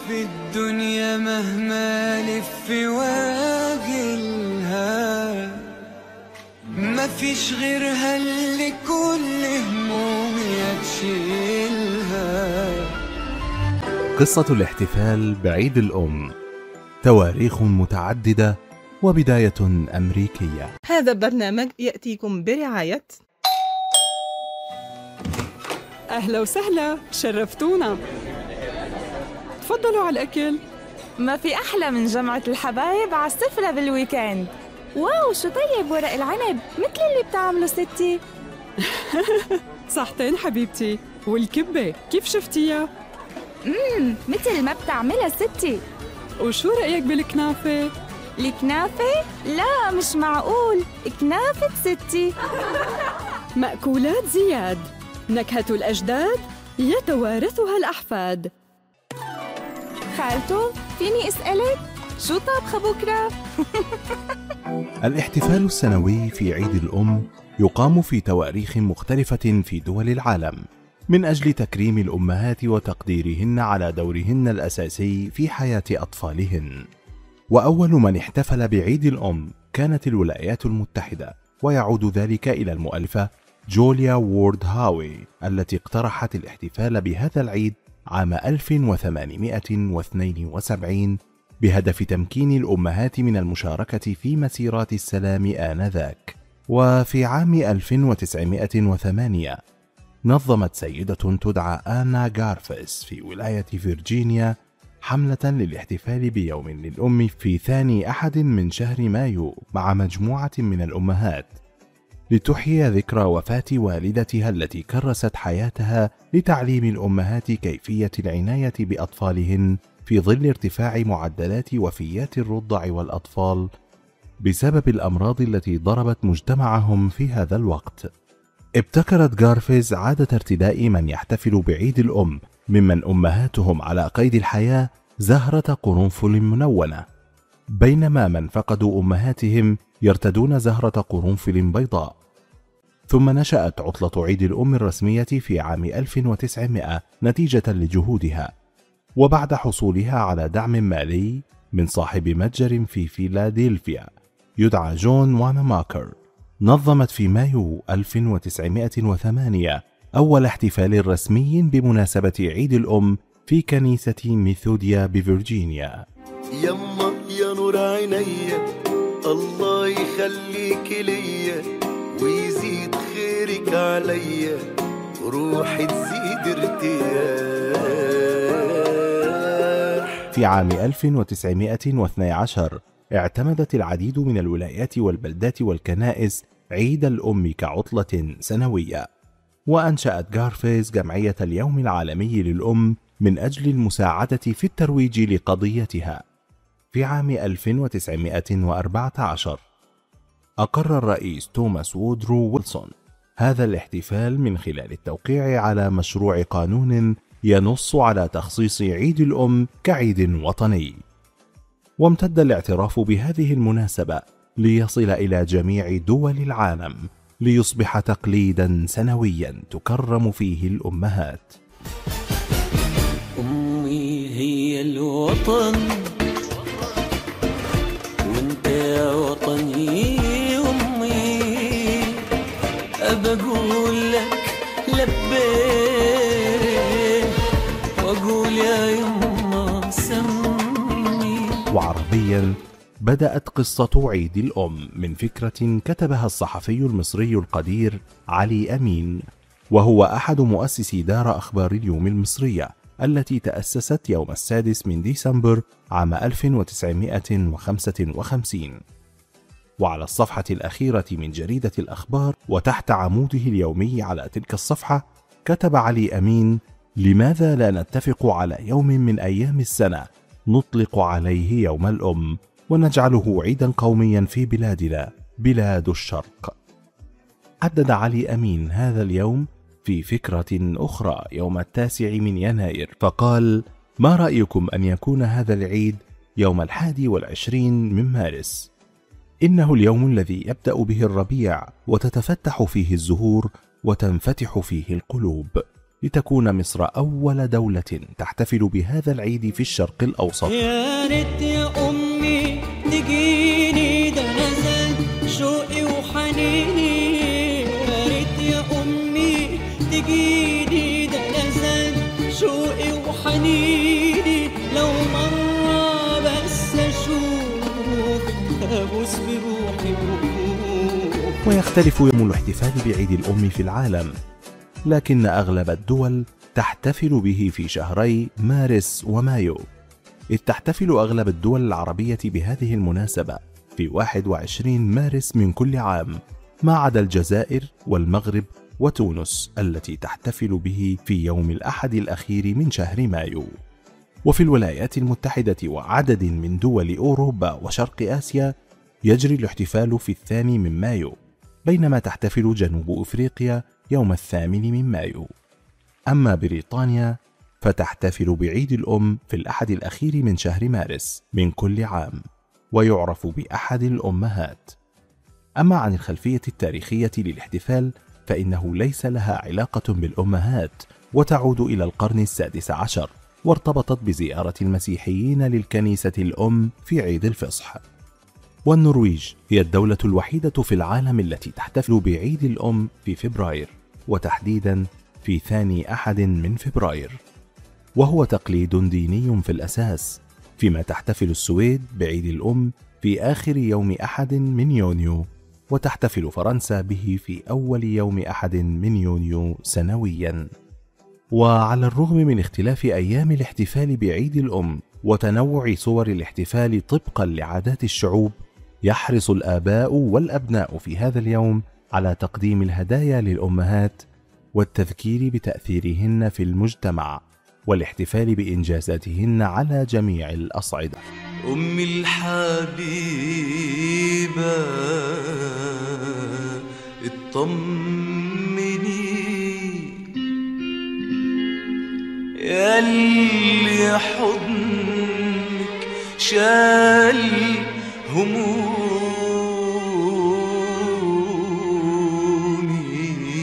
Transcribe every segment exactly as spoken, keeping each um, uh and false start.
في الدنيا مهما لف واجلها، مفيش غيرها اللي كل همومي تشيلها. قصة الاحتفال بعيد الأم، تواريخ متعددة وبداية أمريكية. هذا البرنامج يأتيكم برعاية أهلا وسهلا، شرفتونا، تفضلوا على الأكل. ما في أحلى من جمعة الحبايب على السفرة بالويكند. واو شو طيب ورق العنب مثل اللي بتعمله ستي. صحتين حبيبتي. والكبة كيف شفتيها؟ امم مثل ما بتعملها ستي. وشو رأيك بالكنافة؟ الكنافة؟ لا مش معقول، كنافة ستي. مأكولات زياد، نكهة الأجداد يتوارثها الأحفاد. خالته فيني أسألك شو طابخة بكرة؟ الاحتفال السنوي في عيد الأم يقام في تواريخ مختلفة في دول العالم من أجل تكريم الأمهات وتقديرهن على دورهن الأساسي في حياة أطفالهن. وأول من احتفل بعيد الأم كانت الولايات المتحدة، ويعود ذلك إلى المؤلفة جوليا وورد هاوي التي اقترحت الاحتفال بهذا العيد عام ألف وثمانمائة واثنين وسبعين بهدف تمكين الأمهات من المشاركة في مسيرات السلام آنذاك. وفي عام ألف وتسعمائة وثمانية نظمت سيدة تدعى آنا غارفيس في ولاية فيرجينيا حملة للاحتفال بيوم للأم في ثاني أحد من شهر مايو مع مجموعة من الأمهات لتحيي ذكرى وفاة والدتها التي كرست حياتها لتعليم الأمهات كيفية العناية بأطفالهن في ظل ارتفاع معدلات وفيات الرضع والأطفال بسبب الأمراض التي ضربت مجتمعهم في هذا الوقت. ابتكرت غارفيز عادة ارتداء من يحتفل بعيد الأم ممن أمهاتهم على قيد الحياة زهرة قرنفل منونة، بينما من فقدوا أمهاتهم يرتدون زهرة قرنفل بيضاء. ثم نشأت عطلة عيد الأم الرسمية في عام ألف وتسعمائة نتيجة لجهودها، وبعد حصولها على دعم مالي من صاحب متجر في فيلادلفيا يدعى جون واناماكر، نظمت في مايو ألف وتسعمائة وثمانية أول احتفال رسمي بمناسبة عيد الأم في كنيسة ميثوديا بفرجينيا. يما يا نور عينيا، الله يخليك ليا ويزيد خيرك عليا، روحي تزيد ارتياح. في عام ألف وتسعمائة واثني عشر اعتمدت العديد من الولايات والبلدات والكنائس عيد الأم كعطلة سنوية، وأنشأت غارفيز جمعية اليوم العالمي للأم من أجل المساعدة في الترويج لقضيتها. في عام ألف وتسعمائة وأربعة عشر أقر الرئيس توماس وودرو ويلسون هذا الاحتفال من خلال التوقيع على مشروع قانون ينص على تخصيص عيد الأم كعيد وطني، وامتد الاعتراف بهذه المناسبة ليصل إلى جميع دول العالم ليصبح تقليدا سنويا تكرم فيه الأمهات. أمي هي الوطن وانت يا وطني أمي، أبقول لك لبيك وأقول يا يما سمي. وعربيا بدأت قصة عيد الأم من فكرة كتبها الصحفي المصري القدير علي أمين، وهو أحد مؤسسي دار أخبار اليوم المصرية التي تأسست يوم السادس من ديسمبر عام ألف وتسعمائة وخمسة وخمسين. وعلى الصفحة الأخيرة من جريدة الأخبار وتحت عموده اليومي على تلك الصفحة كتب علي أمين: لماذا لا نتفق على يوم من أيام السنة نطلق عليه يوم الأم ونجعله عيدا قوميا في بلادنا بلاد الشرق. حدد علي أمين هذا اليوم في فكرة أخرى يوم التاسع من يناير فقال: ما رأيكم أن يكون هذا العيد يوم الحادي والعشرين من مارس؟ إنه اليوم الذي يبدأ به الربيع وتتفتح فيه الزهور وتنفتح فيه القلوب. لتكون مصر أول دولة تحتفل بهذا العيد في الشرق الأوسط. يا ريت يا أمي تجيني، ده نزل شوقي وحنيني. يا ريت يا أمي تجيني، ده نزل شوقي وحنيني. لو مرة بس أشوفك أبوس بروحي بروحي. ويختلف يوم الاحتفال بعيد الأم في العالم، لكن أغلب الدول تحتفل به في شهري مارس ومايو، إذ تحتفل أغلب الدول العربية بهذه المناسبة في واحد وعشرين مارس من كل عام، ما عدا الجزائر والمغرب وتونس التي تحتفل به في يوم الأحد الأخير من شهر مايو. وفي الولايات المتحدة وعدد من دول أوروبا وشرق آسيا يجري الاحتفال في الثاني من مايو، بينما تحتفل جنوب أفريقيا يوم الثامن من مايو. أما بريطانيا فتحتفل بعيد الأم في الأحد الأخير من شهر مارس من كل عام، ويعرف بأحد الأمهات. أما عن الخلفية التاريخية للاحتفال فإنه ليس لها علاقة بالأمهات، وتعود إلى القرن السادس عشر، وارتبطت بزيارة المسيحيين للكنيسة الأم في عيد الفصح. والنرويج هي الدولة الوحيدة في العالم التي تحتفل بعيد الأم في فبراير، وتحديدا في ثاني أحد من فبراير، وهو تقليد ديني في الأساس، فيما تحتفل السويد بعيد الأم في آخر يوم أحد من يونيو، وتحتفل فرنسا به في أول يوم أحد من يونيو سنويا. وعلى الرغم من اختلاف أيام الاحتفال بعيد الأم وتنوع صور الاحتفال طبقا لعادات الشعوب، يحرص الآباء والأبناء في هذا اليوم على تقديم الهدايا للأمهات والتذكير بتأثيرهن في المجتمع والاحتفال بإنجازاتهن على جميع الأصعدة. أمي الحبيبة اطمني، ياللي حضنك شال همومي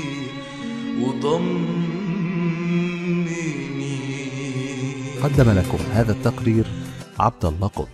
وطمني. قدم لكم هذا التقرير عبد الله قطب.